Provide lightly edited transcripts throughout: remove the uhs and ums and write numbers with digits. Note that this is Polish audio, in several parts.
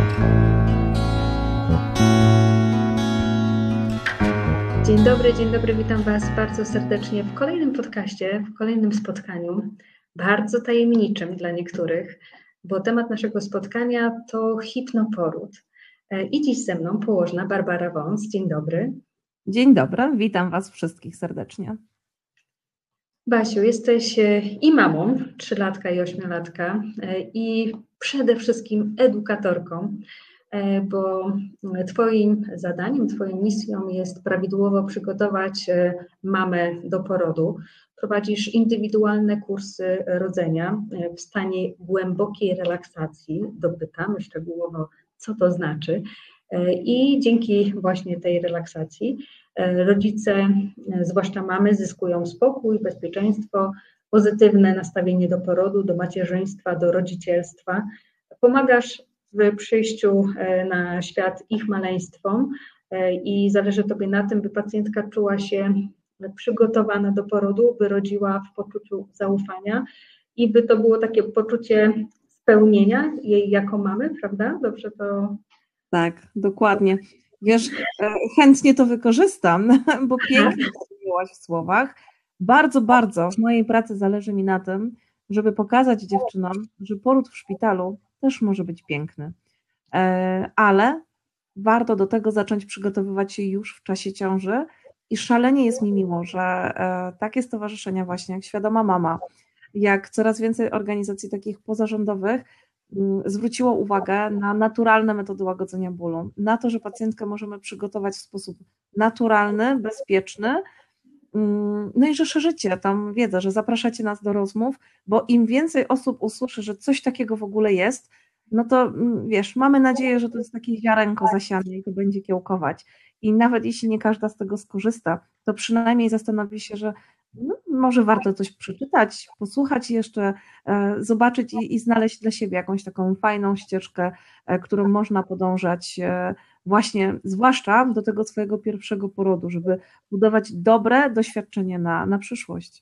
Dzień dobry, witam Was bardzo serdecznie w kolejnym podcaście, w kolejnym spotkaniu, bardzo tajemniczym dla niektórych, bo temat naszego spotkania to hipnoporód. I dziś ze mną położna Barbara Wąs. Dzień dobry. Dzień dobry, witam Was wszystkich serdecznie. Basiu, jesteś i mamą 3-latka i 8-latka i przede wszystkim edukatorką, bo Twoim zadaniem, Twoją misją jest prawidłowo przygotować mamę do porodu. Prowadzisz indywidualne kursy rodzenia w stanie głębokiej relaksacji. Dopytamy szczegółowo, co to znaczy. I dzięki właśnie tej relaksacji rodzice, zwłaszcza mamy, zyskują spokój, bezpieczeństwo, pozytywne nastawienie do porodu, do macierzyństwa, do rodzicielstwa. Pomagasz w przyjściu na świat ich maleństwom i zależy Tobie na tym, by pacjentka czuła się przygotowana do porodu, by rodziła w poczuciu zaufania i by to było takie poczucie spełnienia jej jako mamy, prawda? Dobrze to... Tak, dokładnie. Wiesz, chętnie to wykorzystam, bo pięknie to mówiłaś w słowach. Bardzo, bardzo w mojej pracy zależy mi na tym, żeby pokazać dziewczynom, że poród w szpitalu też może być piękny, ale warto do tego zacząć przygotowywać się już w czasie ciąży i szalenie jest mi miło, że takie stowarzyszenia właśnie jak Świadoma Mama, jak coraz więcej organizacji takich pozarządowych zwróciło uwagę na naturalne metody łagodzenia bólu, na to, że pacjentkę możemy przygotować w sposób naturalny, bezpieczny, no i że szerzycie tam wiedzę, że zapraszacie nas do rozmów, bo im więcej osób usłyszy, że coś takiego w ogóle jest, no to wiesz, mamy nadzieję, że to jest takie ziarenko zasiane i to będzie kiełkować. I nawet jeśli nie każda z tego skorzysta, to przynajmniej zastanowi się, że no, może warto coś przeczytać, posłuchać jeszcze, zobaczyć i znaleźć dla siebie jakąś taką fajną ścieżkę, którą można podążać właśnie, zwłaszcza do tego swojego pierwszego porodu, żeby budować dobre doświadczenie na przyszłość.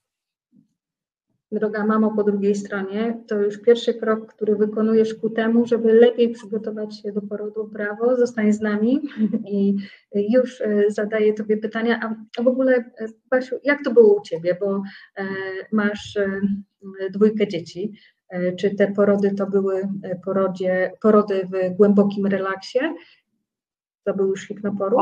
Droga mamo po drugiej stronie, to już pierwszy krok, który wykonujesz ku temu, żeby lepiej przygotować się do porodu. Brawo, zostań z nami i już zadaję Tobie pytania. A w ogóle, Basiu, jak to było u Ciebie, bo masz 2 dzieci. Czy te porody to były porody w głębokim relaksie? To był już hipnoporód?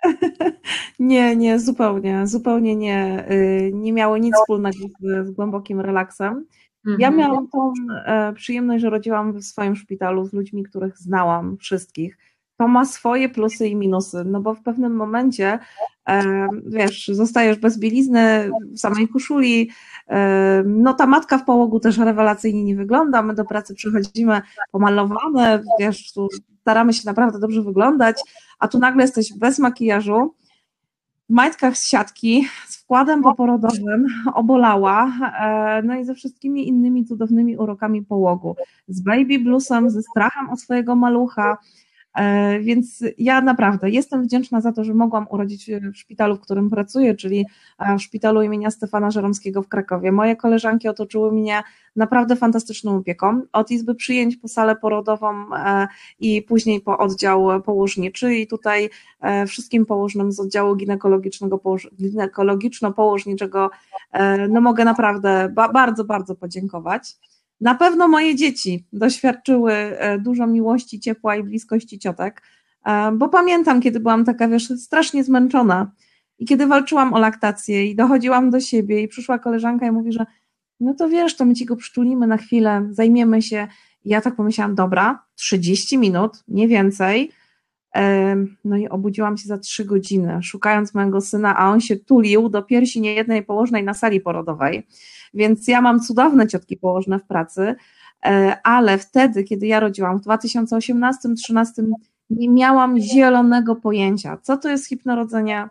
Nie, zupełnie nie. Nie miało nic wspólnego z głębokim relaksem. Ja miałam tą przyjemność, że rodziłam w swoim szpitalu z ludźmi, których znałam wszystkich. To ma swoje plusy i minusy, no bo w pewnym momencie, wiesz, zostajesz bez bielizny, w samej koszuli, no ta matka w połogu też rewelacyjnie nie wygląda, my do pracy przychodzimy pomalowane, wiesz, tu staramy się naprawdę dobrze wyglądać, a tu nagle jesteś bez makijażu, w majtkach z siatki, z wkładem poporodowym, obolała, no i ze wszystkimi innymi cudownymi urokami połogu, z baby bluesem, ze strachem o swojego malucha, więc ja naprawdę jestem wdzięczna za to, że mogłam urodzić w szpitalu, w którym pracuję, czyli w szpitalu imienia Stefana Żeromskiego w Krakowie. Moje koleżanki otoczyły mnie naprawdę fantastyczną opieką, od izby przyjęć po salę porodową i później po oddział położniczy i tutaj wszystkim położnym z oddziału ginekologiczno-położniczego no mogę naprawdę bardzo, bardzo podziękować. Na pewno moje dzieci doświadczyły dużo miłości, ciepła i bliskości ciotek, bo pamiętam, kiedy byłam taka, wiesz, strasznie zmęczona i kiedy walczyłam o laktację i dochodziłam do siebie i przyszła koleżanka i mówi, że no to wiesz, to my ci go przytulimy na chwilę, zajmiemy się. I ja tak pomyślałam, dobra, 30 minut, nie więcej. No i obudziłam się za 3 godziny, szukając mojego syna, a on się tulił do piersi niejednej położnej na sali porodowej. Więc ja mam cudowne ciotki położne w pracy, ale wtedy, kiedy ja rodziłam w 2018-2013, nie miałam zielonego pojęcia, co to jest hipnorodzenie.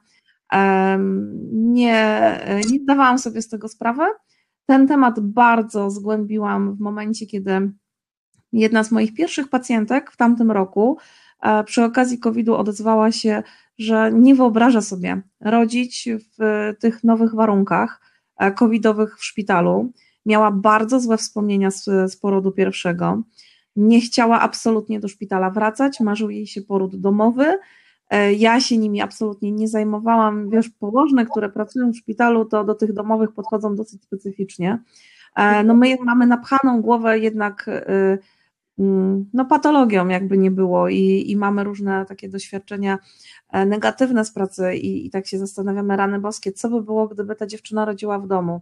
Nie zdawałam sobie z tego sprawy. Ten temat bardzo zgłębiłam w momencie, kiedy jedna z moich pierwszych pacjentek w tamtym roku przy okazji COVID-u odezwała się, że nie wyobraża sobie rodzić w tych nowych warunkach covidowych w szpitalu. Miała bardzo złe wspomnienia z porodu pierwszego. nie chciała absolutnie do szpitala wracać, marzył jej się poród domowy. Ja się nimi absolutnie nie zajmowałam. Wiesz, położne, które pracują w szpitalu, to do tych domowych podchodzą dosyć specyficznie. No my mamy napchaną głowę jednak no patologią jakby nie było i mamy różne takie doświadczenia negatywne z pracy i tak się zastanawiamy, rany boskie, co by było, gdyby ta dziewczyna rodziła w domu.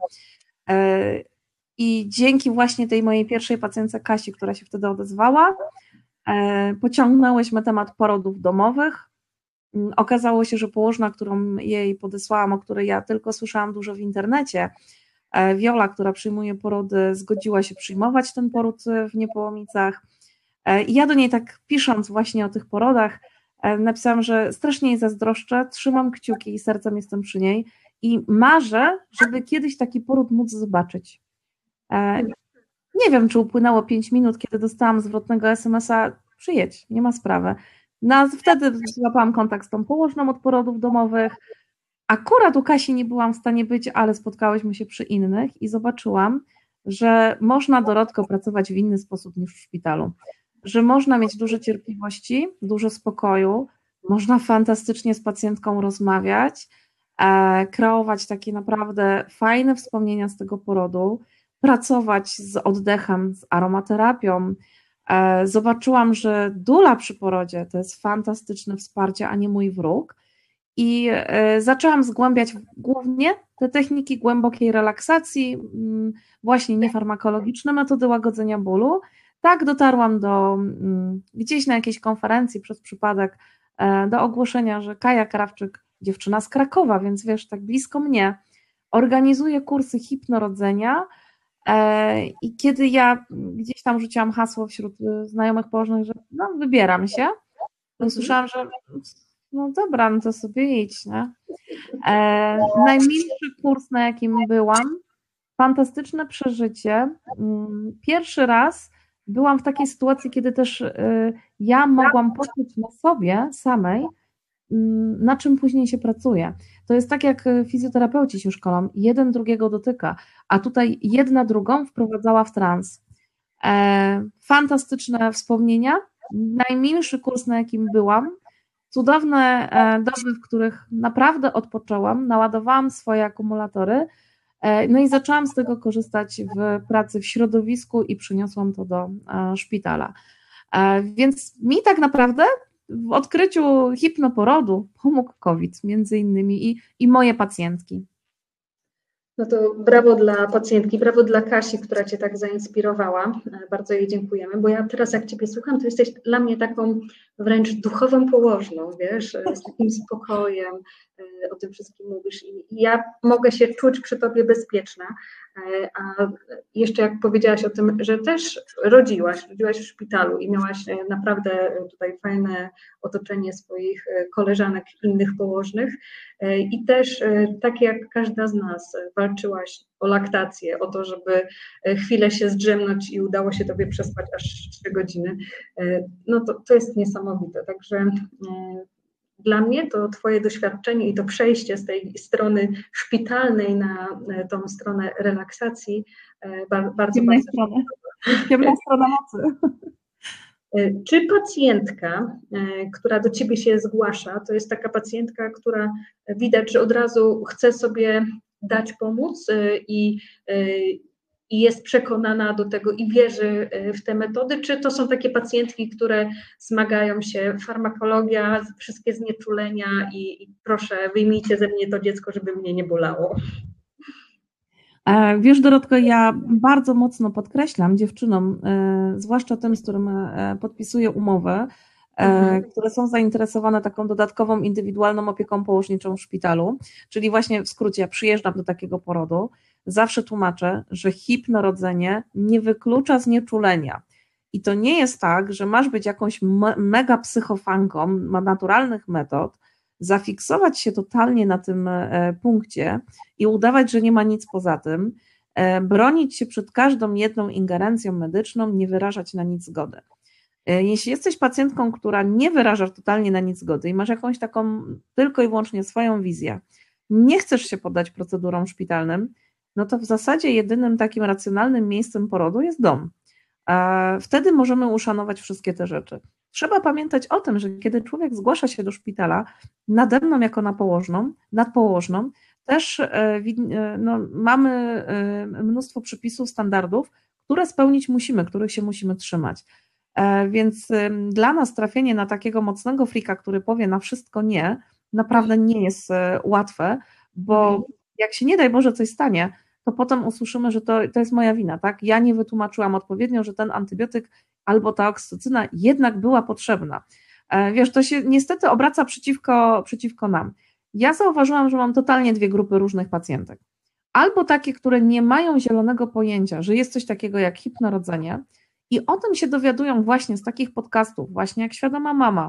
I dzięki właśnie tej mojej pierwszej pacjentce Kasi, która się wtedy odezwała, pociągnęłyśmy temat porodów domowych. Okazało się, że położna, którą jej podesłałam, o której ja tylko słyszałam dużo w internecie, Wiola, która przyjmuje porody, zgodziła się przyjmować ten poród w Niepołomicach. I ja do niej tak pisząc właśnie o tych porodach, napisałam, że strasznie jej zazdroszczę, trzymam kciuki i sercem jestem przy niej i marzę, żeby kiedyś taki poród móc zobaczyć. Nie wiem, czy upłynęło 5 minut, kiedy dostałam zwrotnego SMS-a, przyjedź, nie ma sprawy. No, wtedy złapałam kontakt z tą położną od porodów domowych. Akurat u Kasi nie byłam w stanie być, ale spotkałyśmy się przy innych i zobaczyłam, że można, Dorotko, pracować w inny sposób niż w szpitalu. Że można mieć dużo cierpliwości, dużo spokoju, można fantastycznie z pacjentką rozmawiać, kreować takie naprawdę fajne wspomnienia z tego porodu, pracować z oddechem, z aromaterapią. Zobaczyłam, że dula przy porodzie to jest fantastyczne wsparcie, a nie mój wróg. I zaczęłam zgłębiać głównie te techniki głębokiej relaksacji, właśnie niefarmakologiczne metody łagodzenia bólu. Tak dotarłam do gdzieś na jakiejś konferencji przez przypadek do ogłoszenia, że Kaja Krawczyk, dziewczyna z Krakowa, więc wiesz, tak blisko mnie, organizuje kursy hipnorodzenia. I kiedy ja gdzieś tam rzuciłam hasło wśród znajomych położnych, że no, wybieram się, to usłyszałam, że no dobra, no to sobie idź, nie? Najmilszy kurs, na jakim byłam, fantastyczne przeżycie. Pierwszy raz byłam w takiej sytuacji, kiedy też ja mogłam poczuć na sobie samej, na czym później się pracuje. To jest tak, jak fizjoterapeuci się szkolą, jeden drugiego dotyka, a tutaj jedna drugą wprowadzała w trans. Fantastyczne wspomnienia, najmilszy kurs, na jakim byłam, cudowne doby, w których naprawdę odpoczęłam, naładowałam swoje akumulatory, no i zaczęłam z tego korzystać w pracy w środowisku i przyniosłam to do szpitala. Więc mi tak naprawdę w odkryciu hipnoporodu pomógł COVID między innymi i moje pacjentki. No to brawo dla pacjentki, brawo dla Kasi, która Cię tak zainspirowała. Bardzo jej dziękujemy, bo ja teraz jak Ciebie słucham, to jesteś dla mnie taką wręcz duchową położną, wiesz, z takim spokojem, o tym wszystkim mówisz i ja mogę się czuć przy Tobie bezpieczna, a jeszcze jak powiedziałaś o tym, że też rodziłaś w szpitalu i miałaś naprawdę tutaj fajne otoczenie swoich koleżanek, innych położnych i też tak jak każda z nas walczyłaś o laktację, o to, żeby chwilę się zdrzemnąć i udało się Tobie przespać aż 3 godziny, no to jest niesamowite, także dla mnie to Twoje doświadczenie i to przejście z tej strony szpitalnej na tą stronę relaksacji bardzo. Ciemna strona mocy. Czy pacjentka, która do Ciebie się zgłasza, to jest taka pacjentka, która widać, że od razu chce sobie dać pomóc i jest przekonana do tego i wierzy w te metody, czy to są takie pacjentki, które zmagają się farmakologia, wszystkie znieczulenia i proszę wyjmijcie ze mnie to dziecko, żeby mnie nie bolało? Wiesz, Dorotko, ja bardzo mocno podkreślam dziewczynom, zwłaszcza tym, z którym podpisuję umowę, które są zainteresowane taką dodatkową, indywidualną opieką położniczą w szpitalu, czyli właśnie w skrócie, ja przyjeżdżam do takiego porodu, zawsze tłumaczę, że hipnorodzenie nie wyklucza znieczulenia. I to nie jest tak, że masz być jakąś mega psychofanką naturalnych metod, zafiksować się totalnie na tym punkcie i udawać, że nie ma nic poza tym, bronić się przed każdą jedną ingerencją medyczną, nie wyrażać na nic zgody. Jeśli jesteś pacjentką, która nie wyraża totalnie na nic zgody i masz jakąś taką tylko i wyłącznie swoją wizję, nie chcesz się poddać procedurom szpitalnym, no to w zasadzie jedynym takim racjonalnym miejscem porodu jest dom. Wtedy możemy uszanować wszystkie te rzeczy. Trzeba pamiętać o tym, że kiedy człowiek zgłasza się do szpitala, nade mną jako nadpołożną, też no, mamy mnóstwo przepisów, standardów, które spełnić musimy, których się musimy trzymać. Więc dla nas trafienie na takiego mocnego frika, który powie na wszystko nie, naprawdę nie jest łatwe, bo jak się nie daj Boże coś stanie, to potem usłyszymy, że to jest moja wina, tak? Ja nie wytłumaczyłam odpowiednio, że ten antybiotyk albo ta oksytocyna jednak była potrzebna. Wiesz, to się niestety obraca przeciwko nam. Ja zauważyłam, że mam totalnie dwie grupy różnych pacjentek. Albo takie, które nie mają zielonego pojęcia, że jest coś takiego jak hipnorodzenie i o tym się dowiadują właśnie z takich podcastów, właśnie jak Świadoma Mama,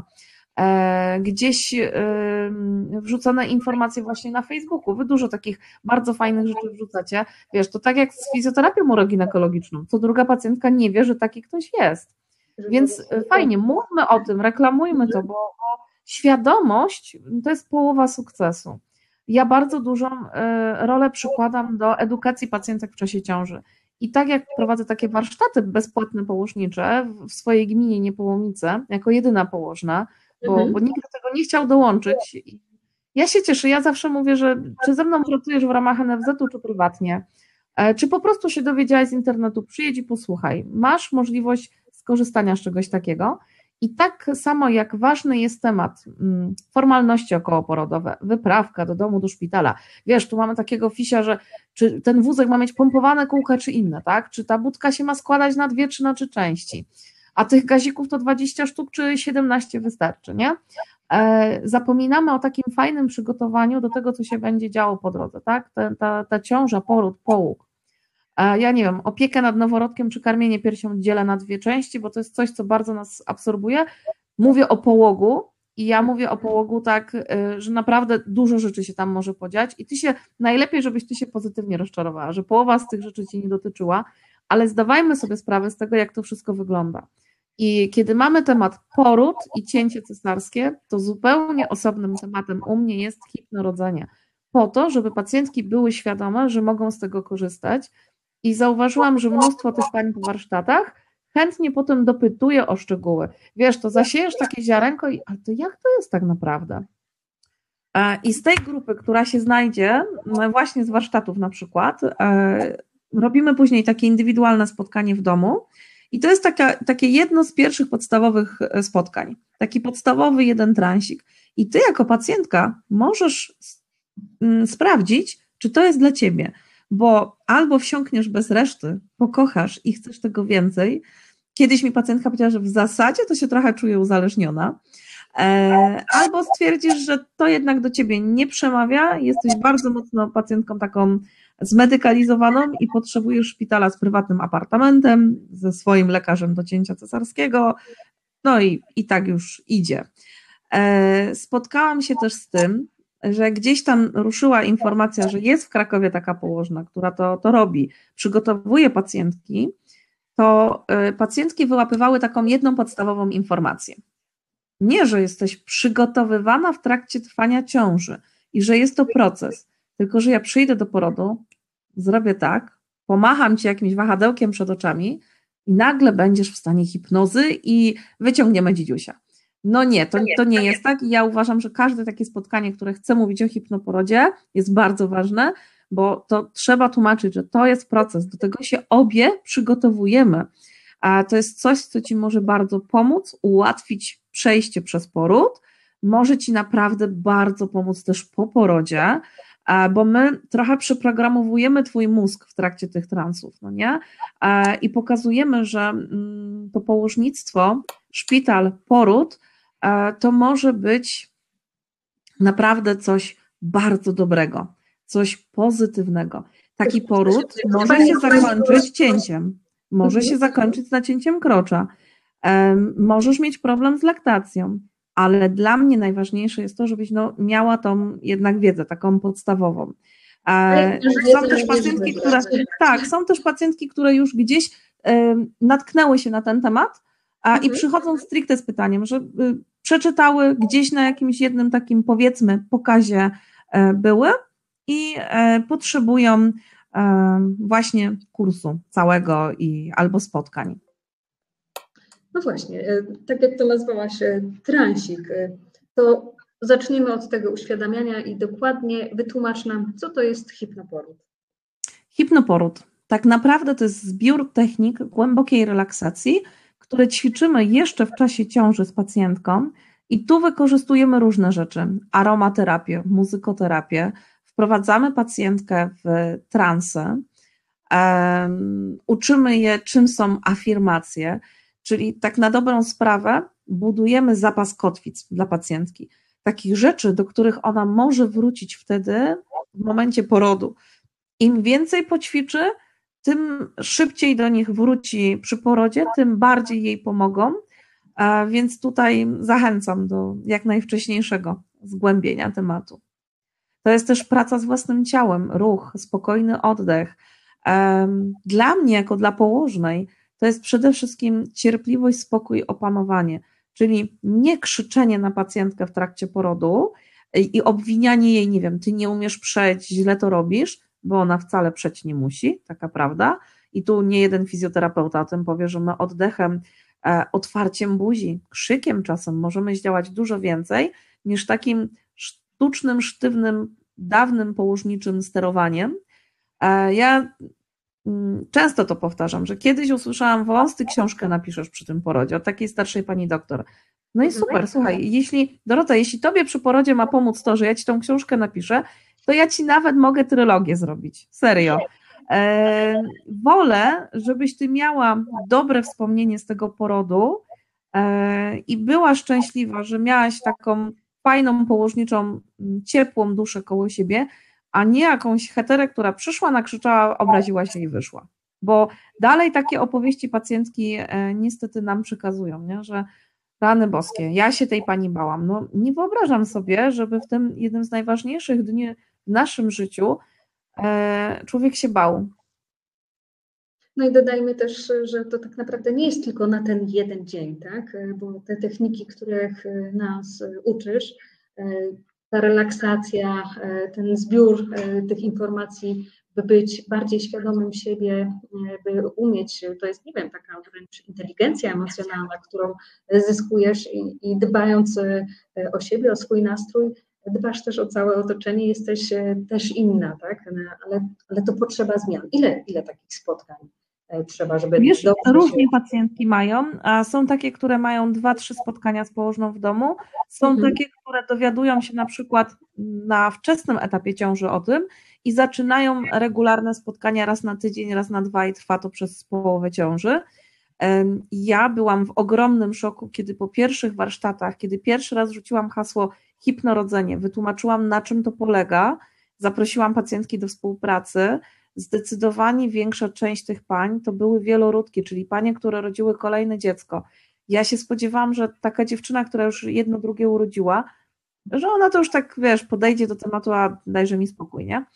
gdzieś wrzucone informacje właśnie na Facebooku. Wy dużo takich bardzo fajnych rzeczy wrzucacie. Wiesz, to tak jak z fizjoterapią uroginekologiczną. Co druga pacjentka nie wie, że taki ktoś jest. Więc fajnie, mówmy o tym, reklamujmy to, bo świadomość to jest połowa sukcesu. Ja bardzo dużą rolę przykładam do edukacji pacjentek w czasie ciąży. I tak jak prowadzę takie warsztaty bezpłatne położnicze w swojej gminie Niepołomice, jako jedyna położna, bo nikt do tego nie chciał dołączyć. Ja się cieszę, ja zawsze mówię, że czy ze mną pracujesz w ramach NFZ-u, czy prywatnie, czy po prostu się dowiedziałaś z internetu, przyjedź i posłuchaj. Masz możliwość skorzystania z czegoś takiego. I tak samo jak ważny jest temat formalności okołoporodowe, wyprawka do domu, do szpitala. Wiesz, tu mamy takiego fisia, że czy ten wózek ma mieć pompowane kółka, czy inne, tak? Czy ta budka się ma składać na 2 czy na 3 części? A tych gazików to 20 sztuk, czy 17 wystarczy, nie? Zapominamy o takim fajnym przygotowaniu do tego, co się będzie działo po drodze, tak? Ta ciąża, poród, połóg. Ja nie wiem, opiekę nad noworodkiem czy karmienie piersią dzielę na 2 części, bo to jest coś, co bardzo nas absorbuje. Mówię o połogu i ja mówię o połogu tak, że naprawdę dużo rzeczy się tam może podziać i najlepiej, żebyś ty się pozytywnie rozczarowała, że połowa z tych rzeczy cię nie dotyczyła, ale zdawajmy sobie sprawę z tego, jak to wszystko wygląda. I kiedy mamy temat poród i cięcie cesarskie, to zupełnie osobnym tematem u mnie jest hipnorodzenie. Po to, żeby pacjentki były świadome, że mogą z tego korzystać. I zauważyłam, że mnóstwo tych pań po warsztatach chętnie potem dopytuje o szczegóły. Wiesz, to zasiejesz takie ziarenko i ale to jak to jest tak naprawdę? I z tej grupy, która się znajdzie, właśnie z warsztatów na przykład, robimy później takie indywidualne spotkanie w domu i to jest takie jedno z pierwszych podstawowych spotkań. Taki podstawowy jeden transik. I ty jako pacjentka możesz sprawdzić, czy to jest dla ciebie, bo albo wsiąkniesz bez reszty, pokochasz i chcesz tego więcej. Kiedyś mi pacjentka powiedziała, że w zasadzie to się trochę czuje uzależniona, albo stwierdzisz, że to jednak do ciebie nie przemawia, jesteś bardzo mocno pacjentką taką zmedykalizowaną i potrzebujesz szpitala z prywatnym apartamentem, ze swoim lekarzem do cięcia cesarskiego, no i tak już idzie. Spotkałam się też z tym, że gdzieś tam ruszyła informacja, że jest w Krakowie taka położna, która to robi, przygotowuje pacjentki, to pacjentki wyłapywały taką jedną podstawową informację. Nie, że jesteś przygotowywana w trakcie trwania ciąży i że jest to proces, tylko że ja przyjdę do porodu, zrobię tak, pomacham ci jakimś wahadełkiem przed oczami i nagle będziesz w stanie hipnozy i wyciągniemy dzidziusia. No nie, to nie jest tak i ja uważam, że każde takie spotkanie, które chce mówić o hipnoporodzie, jest bardzo ważne, bo to trzeba tłumaczyć, że to jest proces, do tego się obie przygotowujemy, a to jest coś, co ci może bardzo pomóc, ułatwić przejście przez poród, może ci naprawdę bardzo pomóc też po porodzie, bo my trochę przeprogramowujemy twój mózg w trakcie tych transów, no nie? I pokazujemy, że to położnictwo, szpital, poród, to może być naprawdę coś bardzo dobrego, coś pozytywnego. Taki poród może się zakończyć cięciem, może się zakończyć nacięciem krocza, możesz mieć problem z laktacją, ale dla mnie najważniejsze jest to, żebyś miała tą jednak wiedzę, taką podstawową. Są też pacjentki, są też pacjentki, które już gdzieś natknęły się na ten temat i przychodzą stricte z pytaniem, że przeczytały gdzieś na jakimś jednym takim, powiedzmy, pokazie były i potrzebują właśnie kursu całego albo spotkań. No właśnie, tak jak to nazwałaś, transik, to zacznijmy od tego uświadamiania i dokładnie wytłumacz nam, co to jest hipnoporód. Hipnoporód. Tak naprawdę to jest zbiór technik głębokiej relaksacji, które ćwiczymy jeszcze w czasie ciąży z pacjentką i tu wykorzystujemy różne rzeczy. Aromaterapię, muzykoterapię, wprowadzamy pacjentkę w transę, uczymy je, czym są afirmacje, czyli tak na dobrą sprawę budujemy zapas kotwic dla pacjentki. Takich rzeczy, do których ona może wrócić wtedy w momencie porodu. Im więcej poćwiczy, tym szybciej do nich wróci przy porodzie, tym bardziej jej pomogą, więc tutaj zachęcam do jak najwcześniejszego zgłębienia tematu. To jest też praca z własnym ciałem, ruch, spokojny oddech. Dla mnie, jako dla położnej, to jest przede wszystkim cierpliwość, spokój, opanowanie, czyli nie krzyczenie na pacjentkę w trakcie porodu i obwinianie jej, nie wiem, ty nie umiesz przeć, źle to robisz, bo ona wcale przeć nie musi, taka prawda. I tu nie jeden fizjoterapeuta o tym powie, że my oddechem, otwarciem buzi, krzykiem czasem możemy zdziałać dużo więcej niż takim sztucznym, sztywnym, dawnym położniczym sterowaniem. Ja często to powtarzam, że kiedyś usłyszałam, wąs, ty książkę napiszesz przy tym porodzie, od takiej starszej pani doktor. No i super, słuchaj, Dorota, jeśli tobie przy porodzie ma pomóc to, że ja ci tą książkę napiszę, to ja ci nawet mogę trylogię zrobić, serio. Wolę, żebyś ty miała dobre wspomnienie z tego porodu i była szczęśliwa, że miałaś taką fajną, położniczą, ciepłą duszę koło siebie, a nie jakąś heterę, która przyszła, nakrzyczała, obraziła się i wyszła. Bo dalej takie opowieści pacjentki niestety nam przekazują, nie? Że rany boskie, ja się tej pani bałam. No nie wyobrażam sobie, żeby w tym jednym z najważniejszych dni w naszym życiu człowiek się bał. No i dodajmy też, że to tak naprawdę nie jest tylko na ten jeden dzień, tak? Bo te techniki, których nas uczysz, ta relaksacja, ten zbiór tych informacji, by być bardziej świadomym siebie, by umieć, to jest, nie wiem, taka wręcz inteligencja emocjonalna, którą zyskujesz i dbając o siebie, o swój nastrój, dbasz też o całe otoczenie, jesteś też inna, tak? Ale to potrzeba zmian. Ile takich spotkań trzeba, żeby... Wiesz, różnie pacjentki mają, a są takie, które mają 2-3 spotkania z położną w domu, są takie, które dowiadują się na przykład na wczesnym etapie ciąży o tym i zaczynają regularne spotkania raz na tydzień, raz na 2 i trwa to przez połowę ciąży. Ja byłam w ogromnym szoku, kiedy po pierwszych warsztatach, kiedy pierwszy raz rzuciłam hasło hipnorodzenie, wytłumaczyłam, na czym to polega, zaprosiłam pacjentki do współpracy. Zdecydowanie większa część tych pań to były wieloródki, czyli panie, które rodziły kolejne dziecko. Ja się spodziewałam, że taka dziewczyna, która już jedno, drugie urodziła, że ona to już tak, wiesz, podejdzie do tematu, a dajże mi spokój, nie?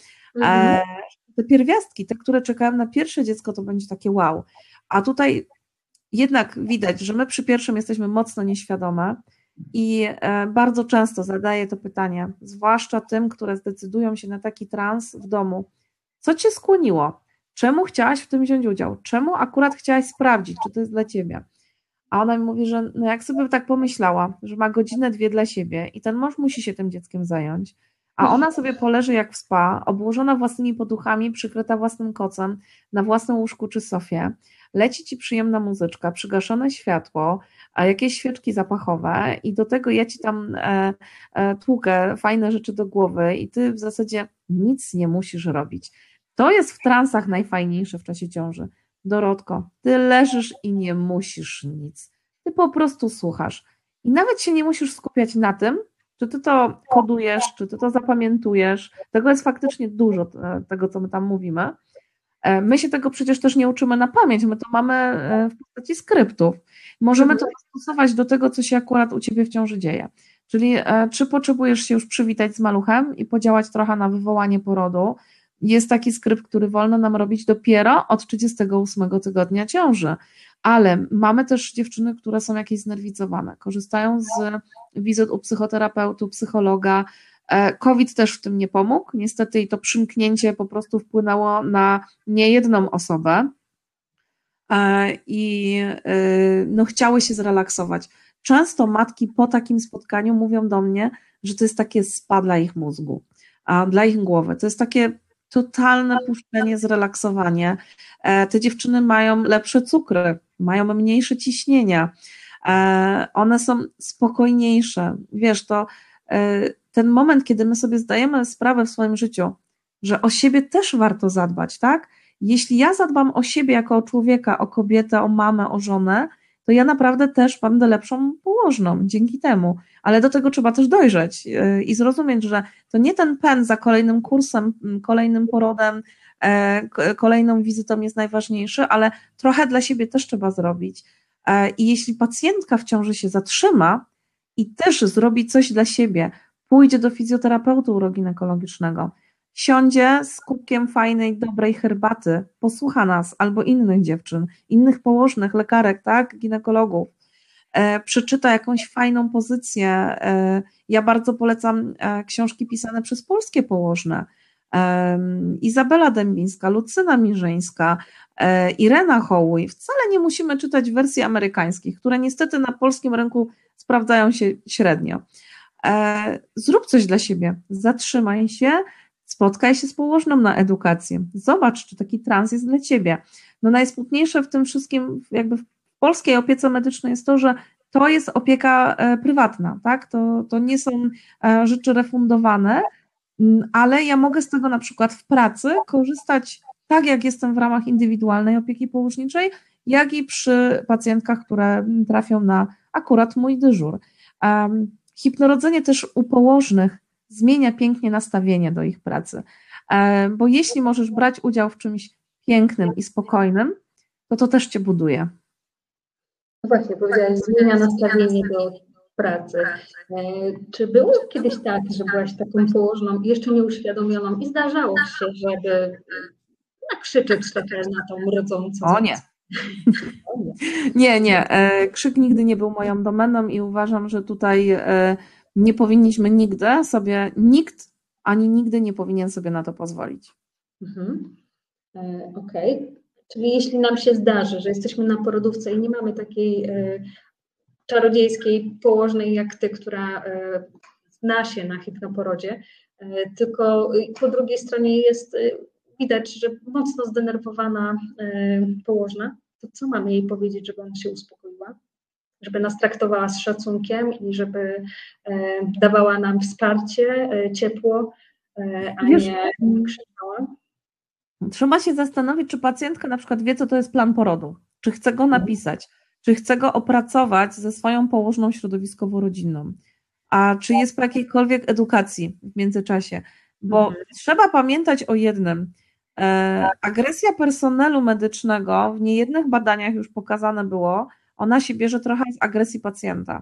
Te pierwiastki, te, które czekają na pierwsze dziecko, to będzie takie wow. A tutaj jednak widać, że my przy pierwszym jesteśmy mocno nieświadome i bardzo często zadaję to pytanie, zwłaszcza tym, które zdecydują się na taki trans w domu. Co cię skłoniło? Czemu chciałaś w tym wziąć udział? Czemu akurat chciałaś sprawdzić, czy to jest dla ciebie? A ona mi mówi, że no jak sobie tak pomyślała, że ma godzinę, 2 dla siebie i ten mąż musi się tym dzieckiem zająć, a ona sobie poleży jak w spa, obłożona własnymi poduchami, przykryta własnym kocem, na własnym łóżku czy sofie, leci ci przyjemna muzyczka, przygaszone światło, a jakieś świeczki zapachowe i do tego ja ci tam tłukę fajne rzeczy do głowy i ty w zasadzie nic nie musisz robić. To jest w transach najfajniejsze w czasie ciąży. Dorotko, ty leżysz i nie musisz nic. Ty po prostu słuchasz. I nawet się nie musisz skupiać na tym, czy ty to kodujesz, czy ty to zapamiętujesz. Tego jest faktycznie dużo, tego co my tam mówimy. My się tego przecież też nie uczymy na pamięć, my to mamy w postaci skryptów. Możemy to dostosować do tego, co się akurat u ciebie w ciąży dzieje. Czyli czy potrzebujesz się już przywitać z maluchem i podziałać trochę na wywołanie porodu. Jest taki skrypt, który wolno nam robić dopiero od 38 tygodnia ciąży, ale mamy też dziewczyny, które są jakieś znerwicowane, korzystają z wizyt u psychoterapeuty, psychologa. COVID też w tym nie pomógł, niestety i to przymknięcie po prostu wpłynęło na niejedną osobę. i no, chciały się zrelaksować. Często matki po takim spotkaniu mówią do mnie, że to jest takie spa dla ich mózgu, dla ich głowy. To jest takie totalne puszczenie, zrelaksowanie. Te dziewczyny mają lepsze cukry, mają mniejsze ciśnienia, one są spokojniejsze. Wiesz, to ten moment, kiedy my sobie zdajemy sprawę w swoim życiu, że o siebie też warto zadbać, tak? Jeśli ja zadbam o siebie jako o człowieka, o kobietę, o mamę, o żonę, to ja naprawdę też będę lepszą położną dzięki temu. Ale do tego trzeba też dojrzeć i zrozumieć, że to nie ten pęd za kolejnym kursem, kolejnym porodem, kolejną wizytą jest najważniejszy, ale trochę dla siebie też trzeba zrobić. I jeśli pacjentka w ciąży się zatrzyma i też zrobi coś dla siebie, pójdzie do fizjoterapeuty uroginekologicznego, siądzie z kubkiem fajnej, dobrej herbaty, posłucha nas albo innych dziewczyn, innych położnych, lekarek, tak, ginekologów, przeczyta jakąś fajną pozycję. Ja bardzo polecam książki pisane przez polskie położne. Izabela Dębińska, Lucyna Mirzyńska, Irena Hołuj. Wcale nie musimy czytać wersji amerykańskich, które niestety na polskim rynku sprawdzają się średnio. Zrób coś dla siebie, zatrzymaj się, spotkaj się z położną na edukację, zobacz, czy taki trans jest dla ciebie. No najsmutniejsze w tym wszystkim, jakby w polskiej opiece medycznej jest to, że to jest opieka prywatna, tak? To nie są rzeczy refundowane, ale ja mogę z tego na przykład w pracy korzystać tak, jak jestem w ramach indywidualnej opieki położniczej, jak i przy pacjentkach, które trafią na akurat mój dyżur. Hipnorodzenie też u położnych zmienia pięknie nastawienie do ich pracy, bo jeśli możesz brać udział w czymś pięknym i spokojnym, to też cię buduje. No właśnie, powiedziałaś, zmienia nastawienie do pracy. Czy było kiedyś tak, że byłaś taką położną, jeszcze nieuświadomioną i zdarzało się, żeby nakrzyczeć trochę na tą rodzącą? O nie. Nie. Krzyk nigdy nie był moją domeną i uważam, że tutaj nie powinniśmy nigdy sobie, nikt ani nigdy nie powinien sobie na to pozwolić. Okej. Czyli jeśli nam się zdarzy, że jesteśmy na porodówce i nie mamy takiej czarodziejskiej położnej jak ty, która zna się na hipnoporodzie, tylko po drugiej stronie jest widać, że mocno zdenerwowana położna, to co mamy jej powiedzieć, żeby ona się uspokoiła? Żeby nas traktowała z szacunkiem i żeby dawała nam wsparcie, ciepło, a nie krzyczała? Trzeba się zastanowić, czy pacjentka na przykład wie, co to jest plan porodu, czy chce go napisać, czy chce go opracować ze swoją położną środowiskowo-rodzinną, a czy jest po jakiejkolwiek edukacji w międzyczasie, bo trzeba pamiętać o jednym. Agresja personelu medycznego w niejednych badaniach już pokazane było, ona się bierze trochę z agresji pacjenta.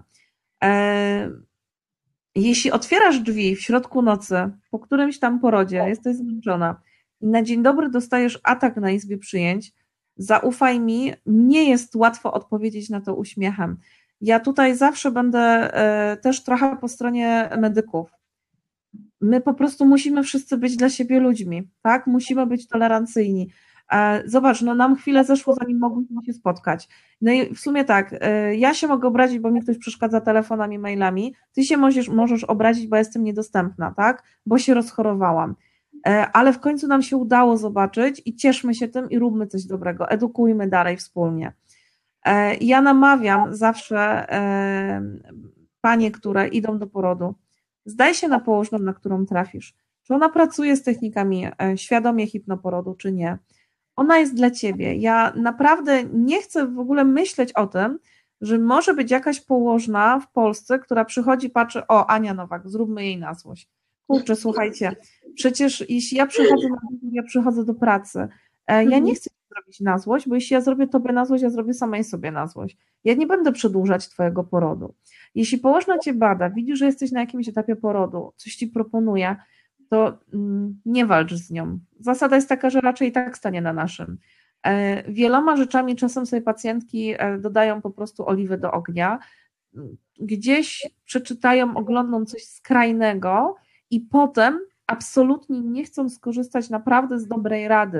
Jeśli otwierasz drzwi w środku nocy, po którymś tam porodzie, jesteś zmęczona i na dzień dobry dostajesz atak na izbie przyjęć, zaufaj mi, nie jest łatwo odpowiedzieć na to uśmiechem. Ja tutaj zawsze będę też trochę po stronie medyków. My po prostu musimy wszyscy być dla siebie ludźmi, tak? Musimy być tolerancyjni. Zobacz, no nam chwilę zeszło, zanim mogliśmy się spotkać. No i w sumie tak, ja się mogę obrazić, bo mi ktoś przeszkadza telefonami, mailami, ty się możesz obrazić, bo jestem niedostępna, tak? Bo się rozchorowałam. Ale w końcu nam się udało zobaczyć i cieszmy się tym i róbmy coś dobrego, edukujmy dalej wspólnie. Ja namawiam zawsze panie, które idą do porodu, zdaj się na położną, na którą trafisz. Czy ona pracuje z technikami świadomie hipnoporodu, czy nie? Ona jest dla ciebie. Ja naprawdę nie chcę w ogóle myśleć o tym, że może być jakaś położna w Polsce, która przychodzi, patrzy, o, Ania Nowak, zróbmy jej na złość. Kurczę, słuchajcie, przecież jeśli ja przychodzę do pracy, ja nie chcę zrobić na złość, bo jeśli ja zrobię tobie na złość, ja zrobię samej sobie na złość. Ja nie będę przedłużać twojego porodu. Jeśli położna cię bada, widzi, że jesteś na jakimś etapie porodu, coś ci proponuje, to nie walcz z nią. Zasada jest taka, że raczej i tak stanie na naszym. Wieloma rzeczami czasem sobie pacjentki dodają po prostu oliwy do ognia, gdzieś przeczytają, oglądną coś skrajnego i potem absolutnie nie chcą skorzystać naprawdę z dobrej rady,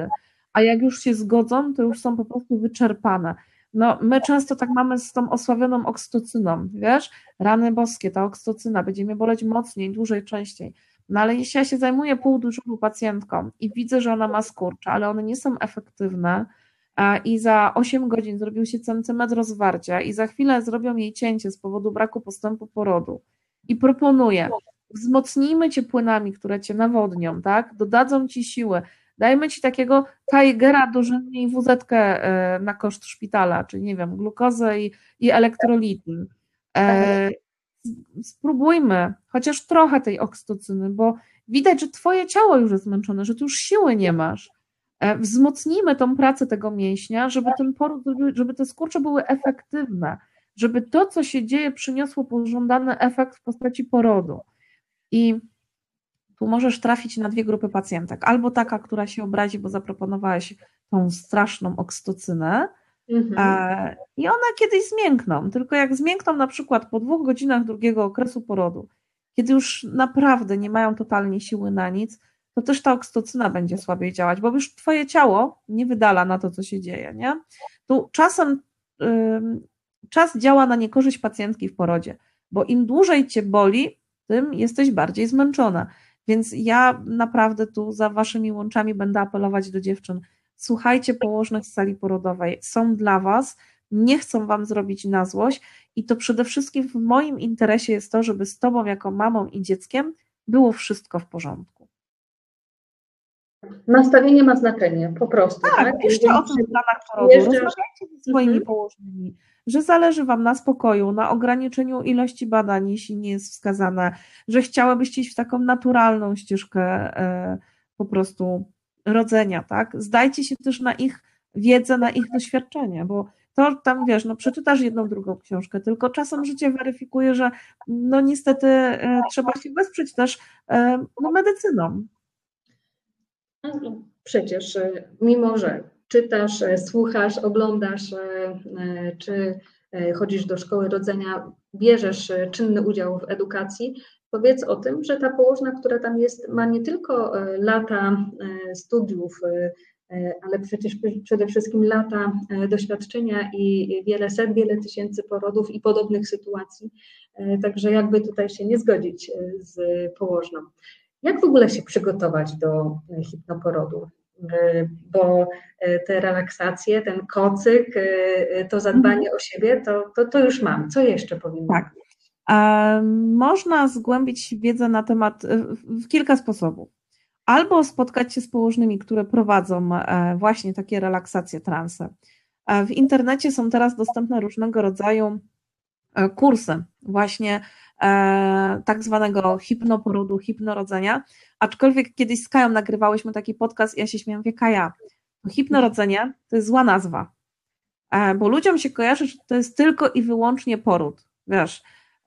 a jak już się zgodzą, to już są po prostu wyczerpane. No, my często tak mamy z tą osławioną oksytocyną, wiesz, rany boskie, ta oksytocyna będzie mnie boleć mocniej, dłużej, częściej. No ale jeśli ja się zajmuję półdyżuru pacjentką i widzę, że ona ma skurcze, ale one nie są efektywne i za 8 godzin zrobił się centymetr rozwarcia i za chwilę zrobią jej cięcie z powodu braku postępu porodu i proponuję, wzmocnijmy cię płynami, które cię nawodnią, tak? Dodadzą ci siły, dajmy ci takiego Tigera dożynnie i WZ-kę na koszt szpitala, czyli nie wiem, glukozę i elektrolity. Spróbujmy chociaż trochę tej oksytocyny, bo widać, że twoje ciało już jest zmęczone, że tu już siły nie masz. Wzmocnijmy tą pracę tego mięśnia, żeby ten poród, żeby te skurcze były efektywne, żeby to, co się dzieje, przyniosło pożądany efekt w postaci porodu. I tu możesz trafić na 2 grupy pacjentek. Albo taka, która się obrazi, bo zaproponowałaś tą straszną oksytocynę, i one kiedyś zmiękną, tylko jak zmiękną na przykład po 2 godzinach drugiego okresu porodu, kiedy już naprawdę nie mają totalnie siły na nic, to też ta oksytocyna będzie słabiej działać, bo już twoje ciało nie wydala na to, co się dzieje, nie? Tu czasem czas działa na niekorzyść pacjentki w porodzie, bo im dłużej cię boli, tym jesteś bardziej zmęczona. Więc ja naprawdę tu za waszymi łączami będę apelować do dziewczyn, słuchajcie położnych z sali porodowej, są dla was, nie chcą wam zrobić na złość i to przede wszystkim w moim interesie jest to, żeby z tobą jako mamą i dzieckiem było wszystko w porządku. Nastawienie ma znaczenie, po prostu. Tak, piszcie o tym w planach porodu, rozmawiajcie ze swoimi położnymi, że zależy wam na spokoju, na ograniczeniu ilości badań, jeśli nie jest wskazane, że chciałybyście iść w taką naturalną ścieżkę po prostu rodzenia, tak? Zdajcie się też na ich wiedzę, na ich doświadczenie, bo to tam, wiesz, no przeczytasz jedną, drugą książkę, tylko czasem życie weryfikuje, że no niestety trzeba się wesprzeć też no, medycyną. Przecież mimo, że czytasz, słuchasz, oglądasz, czy chodzisz do szkoły rodzenia, bierzesz czynny udział w edukacji, powiedz o tym, że ta położna, która tam jest, ma nie tylko lata studiów, ale przecież przede wszystkim lata doświadczenia i wiele set, wiele tysięcy porodów i podobnych sytuacji. Także jakby tutaj się nie zgodzić z położną. Jak w ogóle się przygotować do hipnoporodu? Bo te relaksacje, ten kocyk, to zadbanie o siebie, to już mam. Co jeszcze powinno być? Tak. Można zgłębić wiedzę na temat w kilka sposobów. Albo spotkać się z położnymi, które prowadzą właśnie takie relaksacje, transe. W internecie są teraz dostępne różnego rodzaju kursy właśnie tak zwanego hipnoporodu, hipnorodzenia, aczkolwiek kiedyś z Kają nagrywałyśmy taki podcast i ja się śmiałam, Kaja, hipnorodzenie to jest zła nazwa, bo ludziom się kojarzy, że to jest tylko i wyłącznie poród, wiesz,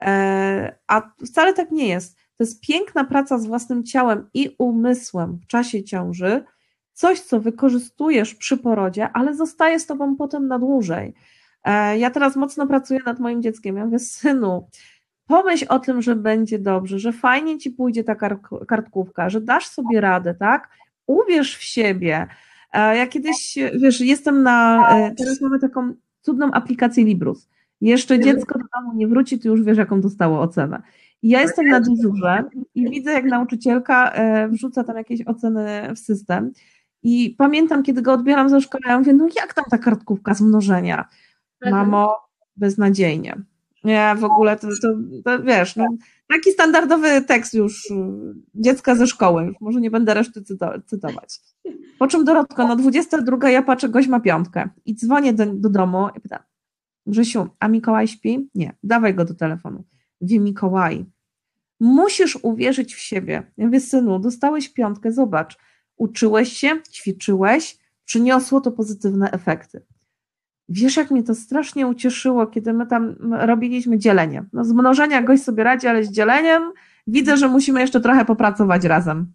a wcale tak nie jest. To jest piękna praca z własnym ciałem i umysłem w czasie ciąży, coś, co wykorzystujesz przy porodzie, ale zostaje z tobą potem na dłużej. Ja teraz mocno pracuję nad moim dzieckiem. Ja mówię, synu, pomyśl o tym, że będzie dobrze, że fajnie ci pójdzie ta kartkówka, że dasz sobie radę, tak? Uwierz w siebie. Ja kiedyś, wiesz, teraz mamy taką cudną aplikację Librus. Jeszcze dziecko do domu nie wróci, ty już wiesz, jaką dostało ocenę. I ja jestem na dyżurze i widzę, jak nauczycielka wrzuca tam jakieś oceny w system. I pamiętam, kiedy go odbieram ze szkoły, ja mówię, no jak tam ta kartkówka z mnożenia? Mamo, beznadziejnie. Nie, w ogóle to wiesz, no, taki standardowy tekst już dziecka ze szkoły, już może nie będę reszty cytować. Po czym Dorotko, no 22, ja patrzę, gość ma 5 i dzwonię do domu i pytam, Grzesiu, a Mikołaj śpi? Nie, dawaj go do telefonu. Wie Mikołaj, musisz uwierzyć w siebie. Ja mówię, synu, dostałeś 5, zobacz, uczyłeś się, ćwiczyłeś, przyniosło to pozytywne efekty. Wiesz, jak mnie to strasznie ucieszyło, kiedy my tam robiliśmy dzielenie. No z mnożenia gość sobie radzi, ale z dzieleniem widzę, że musimy jeszcze trochę popracować razem.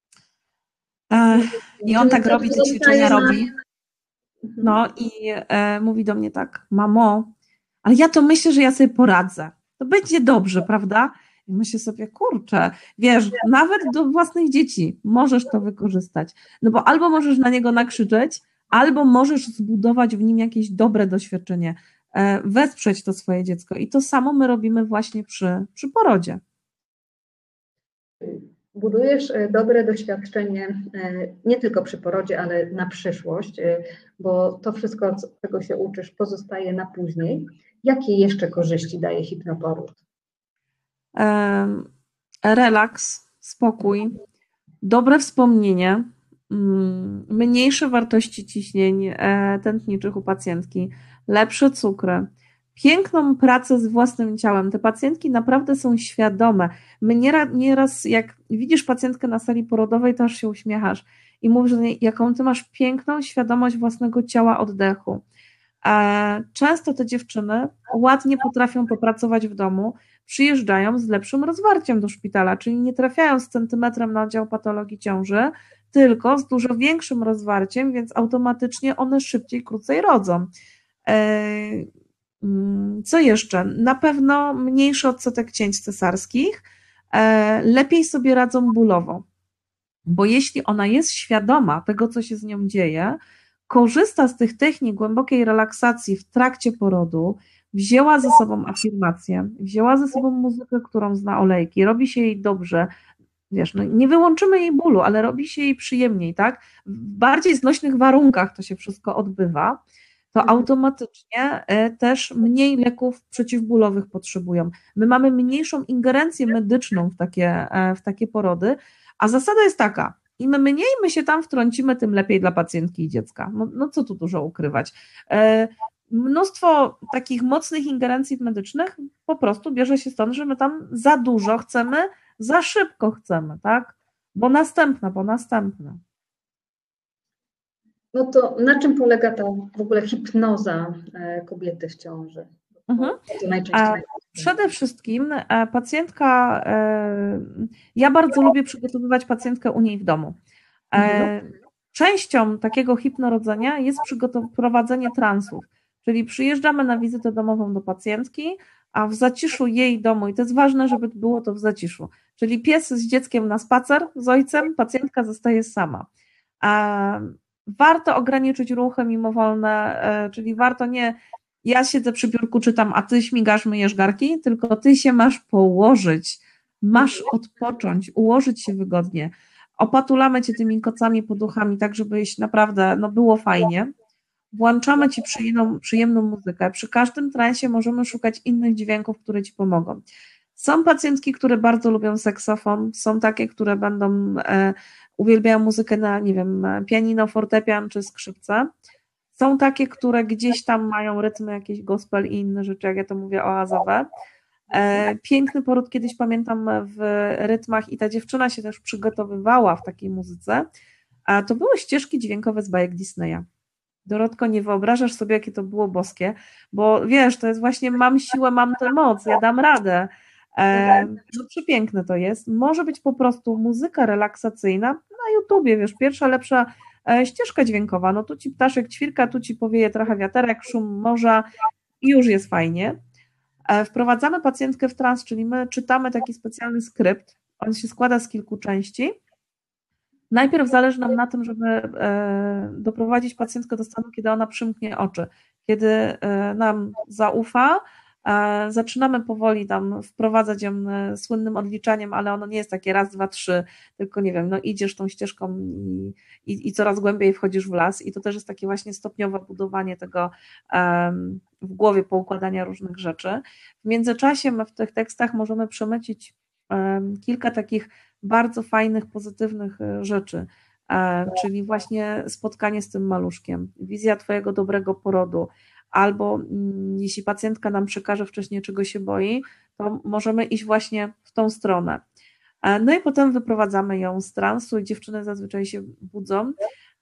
I on tak robi, te ćwiczenia robi. No i mówi do mnie tak, mamo, ale ja to myślę, że ja sobie poradzę. To będzie dobrze, prawda? I myślę sobie, kurczę, wiesz, nawet do własnych dzieci możesz to wykorzystać. No bo albo możesz na niego nakrzyczeć, albo możesz zbudować w nim jakieś dobre doświadczenie, wesprzeć to swoje dziecko. I to samo my robimy właśnie przy porodzie. Budujesz dobre doświadczenie nie tylko przy porodzie, ale na przyszłość, bo to wszystko, czego się uczysz, pozostaje na później. Jakie jeszcze korzyści daje hipnoporód? Relaks, spokój, dobre wspomnienie, mniejsze wartości ciśnień tętniczych u pacjentki, lepsze cukry, piękną pracę z własnym ciałem. Te pacjentki naprawdę są świadome. My nieraz, jak widzisz pacjentkę na sali porodowej, to aż się uśmiechasz i mówisz, jaką ty masz piękną świadomość własnego ciała, oddechu. Często te dziewczyny ładnie potrafią popracować w domu, przyjeżdżają z lepszym rozwarciem do szpitala, czyli nie trafiają z centymetrem na oddział patologii ciąży, tylko z dużo większym rozwarciem, więc automatycznie one szybciej, krócej rodzą. Co jeszcze? Na pewno mniejszy odsetek cięć cesarskich, lepiej sobie radzą bólowo, bo jeśli ona jest świadoma tego, co się z nią dzieje, korzysta z tych technik głębokiej relaksacji w trakcie porodu, wzięła ze sobą afirmację, wzięła ze sobą muzykę, którą zna olejki, robi się jej dobrze, wiesz, no nie wyłączymy jej bólu, ale robi się jej przyjemniej, tak? W bardziej znośnych warunkach to się wszystko odbywa, to automatycznie też mniej leków przeciwbólowych potrzebują. My mamy mniejszą ingerencję medyczną w takie porody, a zasada jest taka, im mniej my się tam wtrącimy, tym lepiej dla pacjentki i dziecka. No co tu dużo ukrywać. Mnóstwo takich mocnych ingerencji medycznych po prostu bierze się stąd, że my tam za dużo chcemy, za szybko chcemy, tak? Bo następna. No to na czym polega ta w ogóle hipnoza kobiety w ciąży? To najczęściej. Przede wszystkim pacjentka, ja bardzo lubię przygotowywać pacjentkę u niej w domu. Częścią takiego hipnorodzenia jest prowadzenie transów, czyli przyjeżdżamy na wizytę domową do pacjentki, a w zaciszu jej domu, i to jest ważne, żeby było to w zaciszu, czyli pies z dzieckiem na spacer z ojcem, pacjentka zostaje sama. Warto ograniczyć ruchy mimowolne, czyli warto nie, ja siedzę przy biurku, czytam, a ty śmigasz, myjesz garki, tylko ty się masz położyć, masz odpocząć, ułożyć się wygodnie. Opatulamy cię tymi kocami, poduchami, tak żebyś naprawdę, było fajnie. Włączamy ci przyjemną muzykę. Przy każdym transie możemy szukać innych dźwięków, które ci pomogą. Są pacjentki, które bardzo lubią saksofon, są takie, które uwielbiają muzykę na, nie wiem, pianino, fortepian czy skrzypce. Są takie, które gdzieś tam mają rytmy, jakieś gospel i inne rzeczy, jak ja to mówię, oazowe. Piękny poród kiedyś pamiętam w rytmach i ta dziewczyna się też przygotowywała w takiej muzyce. To były ścieżki dźwiękowe z bajek Disneya. Dorotko, nie wyobrażasz sobie, jakie to było boskie, bo wiesz, to jest właśnie mam siłę, mam tę moc, ja dam radę. No przepiękne to jest. Może być po prostu muzyka relaksacyjna na YouTubie, wiesz, pierwsza lepsza ścieżka dźwiękowa, no tu ci ptaszek ćwirka, tu ci powieje trochę wiaterek, szum morza i już jest fajnie. Wprowadzamy pacjentkę w trans, czyli my czytamy taki specjalny skrypt, on się składa z kilku części. Najpierw zależy nam na tym, żeby doprowadzić pacjentkę do stanu, kiedy ona przymknie oczy, kiedy nam zaufa, zaczynamy powoli tam wprowadzać ją słynnym odliczaniem, ale ono nie jest takie raz, dwa, trzy, tylko nie wiem, idziesz tą ścieżką i coraz głębiej wchodzisz w las i to też jest takie właśnie stopniowe budowanie tego w głowie, poukładania różnych rzeczy. W międzyczasie my w tych tekstach możemy przemycić kilka takich bardzo fajnych, pozytywnych rzeczy, czyli właśnie spotkanie z tym maluszkiem, wizja twojego dobrego porodu, albo jeśli pacjentka nam przekaże wcześniej, czego się boi, to możemy iść właśnie w tą stronę. No i potem wyprowadzamy ją z transu i dziewczyny zazwyczaj się budzą.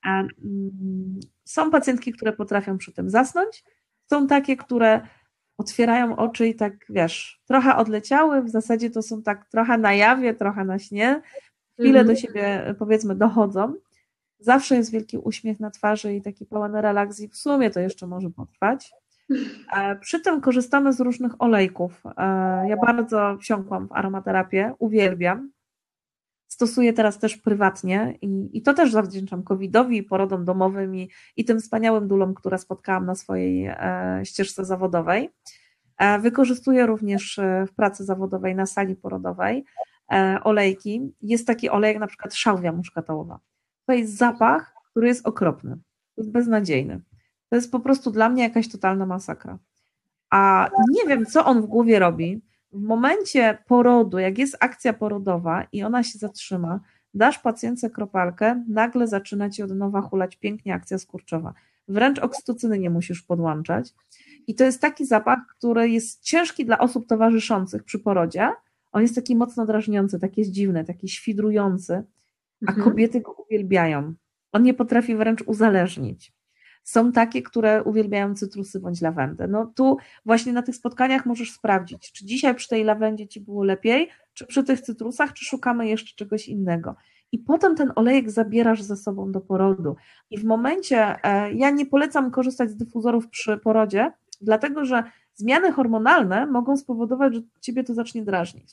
Są pacjentki, które potrafią przy tym zasnąć, są takie, które otwierają oczy i tak, wiesz, trochę odleciały, w zasadzie to są tak trochę na jawie, trochę na śnie, chwilę do siebie, powiedzmy, dochodzą. Zawsze jest wielki uśmiech na twarzy i taki pełen relaks i w sumie to jeszcze może potrwać. Przy tym korzystamy z różnych olejków. Ja bardzo wsiąkłam w aromaterapię, uwielbiam. Stosuję teraz też prywatnie i to też zawdzięczam COVID-owi, i porodom domowym i tym wspaniałym dulom, które spotkałam na swojej ścieżce zawodowej. Wykorzystuję również w pracy zawodowej na sali porodowej olejki. Jest taki olejek, na przykład szałwia muszkatołowa. To jest zapach, który jest okropny, to jest beznadziejny. To jest po prostu dla mnie jakaś totalna masakra. A nie wiem, co on w głowie robi. W momencie porodu, jak jest akcja porodowa i ona się zatrzyma, dasz pacjentce kropelkę, nagle zaczyna ci od nowa hulać pięknie akcja skurczowa. Wręcz oksytocyny nie musisz podłączać. I to jest taki zapach, który jest ciężki dla osób towarzyszących przy porodzie. On jest taki mocno drażniący, taki jest dziwny, taki świdrujący, a kobiety go uwielbiają. On nie potrafi wręcz uzależnić. Są takie, które uwielbiają cytrusy bądź lawendę. No tu właśnie na tych spotkaniach możesz sprawdzić, czy dzisiaj przy tej lawendzie ci było lepiej, czy przy tych cytrusach, czy szukamy jeszcze czegoś innego. I potem ten olejek zabierasz ze sobą do porodu. I w momencie, ja nie polecam korzystać z dyfuzorów przy porodzie, dlatego że zmiany hormonalne mogą spowodować, że ciebie to zacznie drażnić.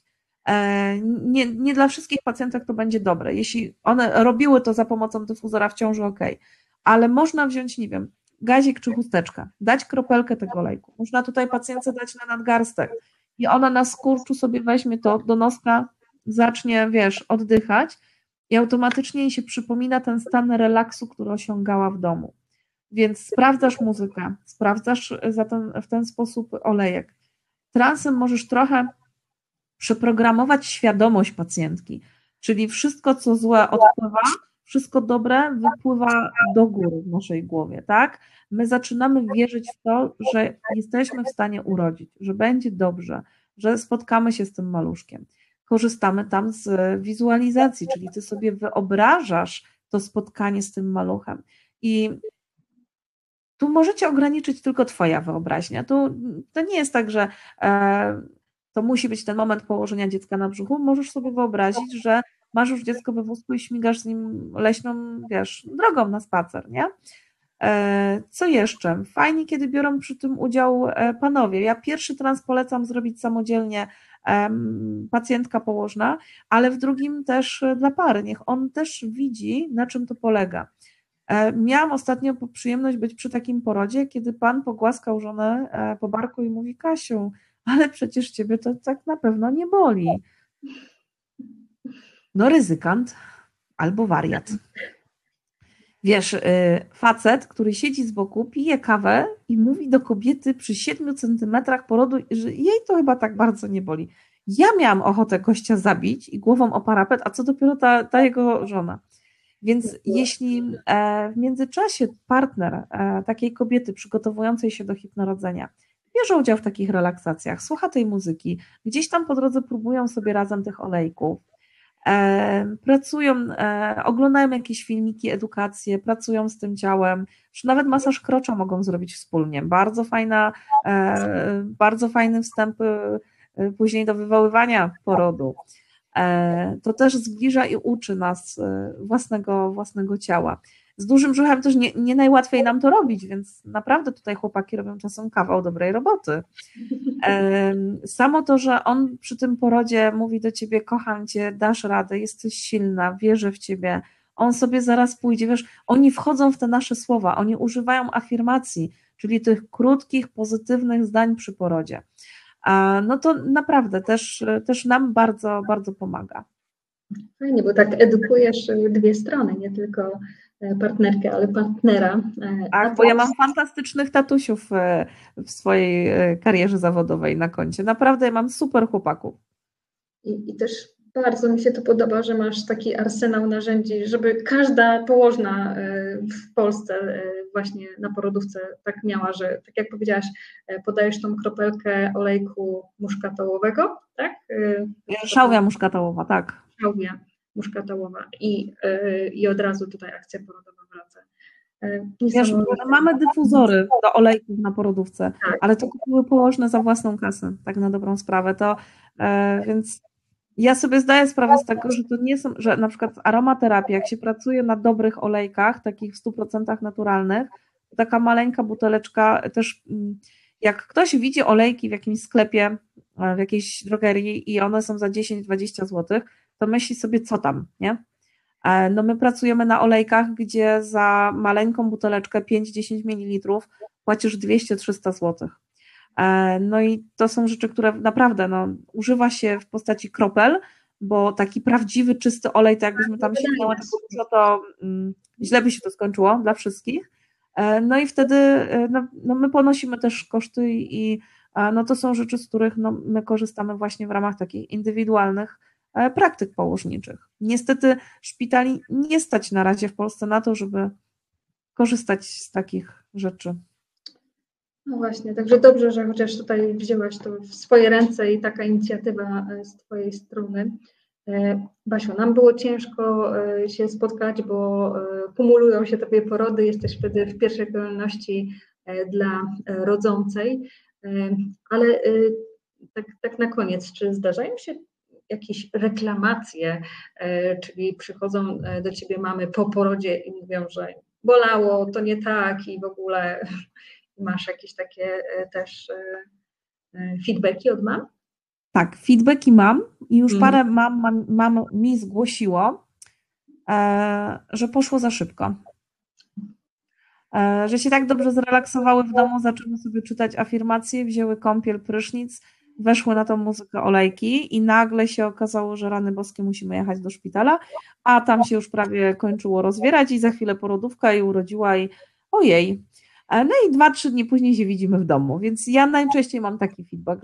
Nie dla wszystkich pacjentek to będzie dobre. Jeśli one robiły to za pomocą dyfuzora w ciąży, ok, ale można wziąć, nie wiem, gazik czy chusteczkę, dać kropelkę tego olejku. Można tutaj pacjentce dać na nadgarstek i ona na skurczu sobie weźmie to do noska, zacznie, wiesz, oddychać i automatycznie jej się przypomina ten stan relaksu, który osiągała w domu. Więc sprawdzasz muzykę, sprawdzasz w ten sposób olejek. Transem możesz trochę przeprogramować świadomość pacjentki, czyli wszystko, co złe odpływa, wszystko dobre wypływa do góry w naszej głowie, tak? My zaczynamy wierzyć w to, że jesteśmy w stanie urodzić, że będzie dobrze, że spotkamy się z tym maluszkiem. Korzystamy tam z wizualizacji, czyli ty sobie wyobrażasz to spotkanie z tym maluchem. I tu możecie ograniczyć tylko twoja wyobraźnia. To nie jest tak, że to musi być ten moment położenia dziecka na brzuchu. Możesz sobie wyobrazić, że masz już dziecko we wózku i śmigasz z nim leśną, wiesz, drogą na spacer, nie? Co jeszcze? Fajnie, kiedy biorą przy tym udział panowie. Ja pierwszy trans polecam zrobić samodzielnie, pacjentka położna, ale w drugim też dla pary. Niech on też widzi, na czym to polega. Miałam ostatnio przyjemność być przy takim porodzie, kiedy pan pogłaskał żonę po barku i mówi: Kasiu, ale przecież ciebie to tak na pewno nie boli. No ryzykant albo wariat. Wiesz, facet, który siedzi z boku, pije kawę i mówi do kobiety przy 7 centymetrach porodu, że jej to chyba tak bardzo nie boli. Ja miałam ochotę gościa zabić i głową o parapet, a co dopiero ta jego żona. Więc jeśli w międzyczasie partner takiej kobiety przygotowującej się do hipnorodzenia bierze udział w takich relaksacjach, słucha tej muzyki, gdzieś tam po drodze próbują sobie razem tych olejków, pracują, oglądają jakieś filmiki, edukacje, pracują z tym ciałem, czy nawet masaż krocza mogą zrobić wspólnie. Bardzo fajny wstęp później do wywoływania porodu. To też zbliża i uczy nas własnego ciała. Z dużym brzuchem też nie najłatwiej nam to robić, więc naprawdę tutaj chłopaki robią czasem kawał dobrej roboty. Samo to, że on przy tym porodzie mówi do ciebie: kocham cię, dasz radę, jesteś silna, wierzę w ciebie, on sobie zaraz pójdzie, wiesz, oni wchodzą w te nasze słowa, oni używają afirmacji, czyli tych krótkich, pozytywnych zdań przy porodzie. No to naprawdę też nam bardzo, bardzo pomaga. Fajnie, bo tak edukujesz dwie strony, nie tylko partnerkę, ale partnera. Tak, bo ja mam fantastycznych tatusiów w swojej karierze zawodowej na koncie. Naprawdę ja mam super chłopaków. I też bardzo mi się to podoba, że masz taki arsenał narzędzi, żeby każda położna w Polsce właśnie na porodówce tak miała, że tak jak powiedziałaś, podajesz tą kropelkę olejku muszkatołowego, tak? Szałwia muszkatołowa, tak. Szałwia muszkatołowa i od razu tutaj akcja porodowa wraca. Wiesz, mamy dyfuzory do olejków na porodówce, tak, ale to były położne za własną kasę, tak na dobrą sprawę. Więc ja sobie zdaję sprawę z tego, że to nie są, że na przykład aromaterapia, jak się pracuje na dobrych olejkach, takich w 100% naturalnych, to taka maleńka buteleczka też Jak ktoś widzi olejki w jakimś sklepie, w jakiejś drogerii i one są za 10-20 zł, to myśli sobie, co tam, nie? No my pracujemy na olejkach, gdzie za maleńką buteleczkę 5-10 ml płacisz 200-300 zł. No i to są rzeczy, które naprawdę używa się w postaci kropel, bo taki prawdziwy, czysty olej, to jakbyśmy tam sięgnęły tylko dużo, to źle by się to skończyło dla wszystkich. No i wtedy my ponosimy też koszty i to są rzeczy, z których my korzystamy właśnie w ramach takich indywidualnych praktyk położniczych. Niestety szpitali nie stać na razie w Polsce na to, żeby korzystać z takich rzeczy. No właśnie, także dobrze, że chociaż tutaj wzięłaś to w swoje ręce i taka inicjatywa z Twojej strony. Basiu, nam było ciężko się spotkać, bo kumulują się Tobie porody, jesteś wtedy w pierwszej kolejności dla rodzącej, ale tak na koniec, czy zdarzają się jakieś reklamacje, czyli przychodzą do Ciebie mamy po porodzie i mówią, że bolało, to nie tak i w ogóle masz jakieś takie też feedbacki od mam? Tak, feedbacki mam i już parę mam mi zgłosiło, że poszło za szybko. Że się tak dobrze zrelaksowały w domu, zaczęły sobie czytać afirmacje, wzięły kąpiel, prysznic, weszły na tą muzykę olejki i nagle się okazało, że rany boskie, musimy jechać do szpitala, a tam się już prawie kończyło rozwierać i za chwilę porodówka i urodziła i ojej. No i 2-3 dni później się widzimy w domu, więc ja najczęściej mam taki feedback,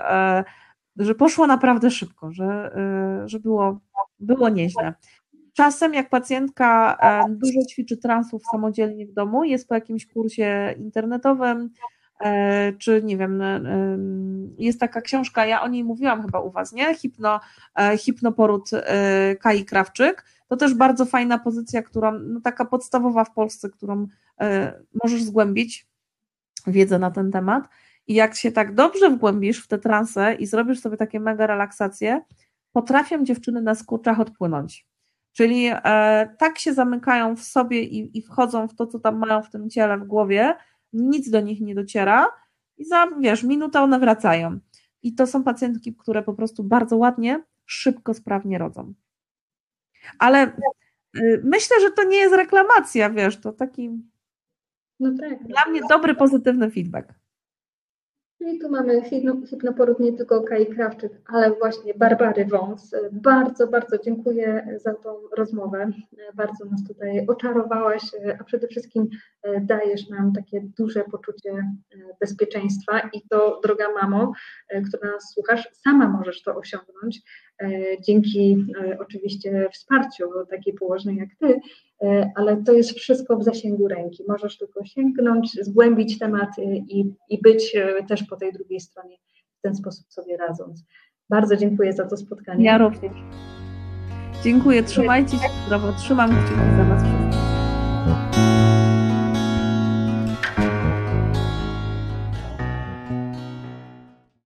że poszło naprawdę szybko, że było nieźle. Czasem jak pacjentka dużo ćwiczy transów samodzielnie w domu, jest po jakimś kursie internetowym, czy nie wiem, jest taka książka, ja o niej mówiłam chyba u Was, nie? Hipnoporód Kai Krawczyk, to też bardzo fajna pozycja, którą, taka podstawowa w Polsce, którą możesz zgłębić wiedzę na ten temat i jak się tak dobrze wgłębisz w te transe i zrobisz sobie takie mega relaksacje, potrafią dziewczyny na skurczach odpłynąć. Czyli tak się zamykają w sobie i wchodzą w to, co tam mają w tym ciele, w głowie, nic do nich nie dociera i za, minutę one wracają. I to są pacjentki, które po prostu bardzo ładnie, szybko, sprawnie rodzą. Ale myślę, że to nie jest reklamacja, to taki dla mnie dobry, pozytywny feedback. I tu mamy hipnoporód nie tylko Kai Krawczyk, ale właśnie Barbary Wąs. Bardzo, bardzo dziękuję za tą rozmowę. Bardzo nas tutaj oczarowałaś, a przede wszystkim dajesz nam takie duże poczucie bezpieczeństwa i to, droga mamo, która nas słuchasz, sama możesz to osiągnąć dzięki oczywiście wsparciu takiej położnej jak Ty, ale to jest wszystko w zasięgu ręki. Możesz tylko sięgnąć, zgłębić temat i być też po tej drugiej stronie, w ten sposób sobie radząc. Bardzo dziękuję za to spotkanie. Ja również. Dziękuję, trzymajcie się zdrowo, trzymam kciuki za Was wszystkich.